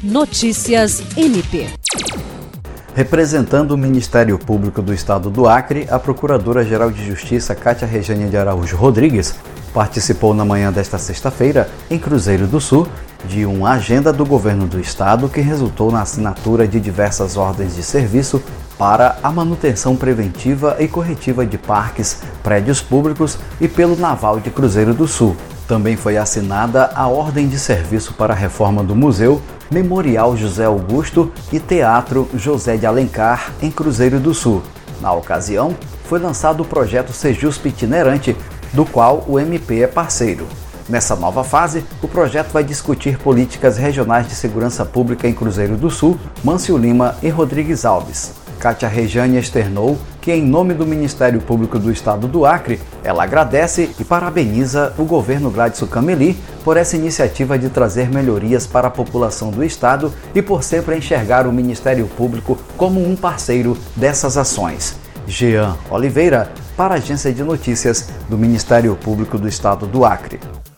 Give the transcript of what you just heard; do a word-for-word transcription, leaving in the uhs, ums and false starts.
Notícias M P. Representando o Ministério Público do Estado do Acre, a Procuradora-Geral de Justiça, Kátia Rejane de Araújo Rodrigues, participou na manhã desta sexta-feira, em Cruzeiro do Sul, de uma agenda do Governo do Estado que resultou na assinatura de diversas ordens de serviço para a manutenção preventiva e corretiva de parques, prédios públicos e pelo Naval de Cruzeiro do Sul. Também foi assinada a ordem de serviço para a reforma do Museu, Memorial José Augusto e Teatro José de Alencar, em Cruzeiro do Sul. Na ocasião, foi lançado o projeto Sejusp Itinerante, do qual o M P é parceiro. Nessa nova fase, o projeto vai discutir políticas regionais de segurança pública em Cruzeiro do Sul, Mâncio Lima e Rodrigues Alves. Kátia Rejane externou que, em nome do Ministério Público do Estado do Acre, ela agradece e parabeniza o governo Gladson Cameli por essa iniciativa de trazer melhorias para a população do Estado e por sempre enxergar o Ministério Público como um parceiro dessas ações. Jean Oliveira, para a Agência de Notícias do Ministério Público do Estado do Acre.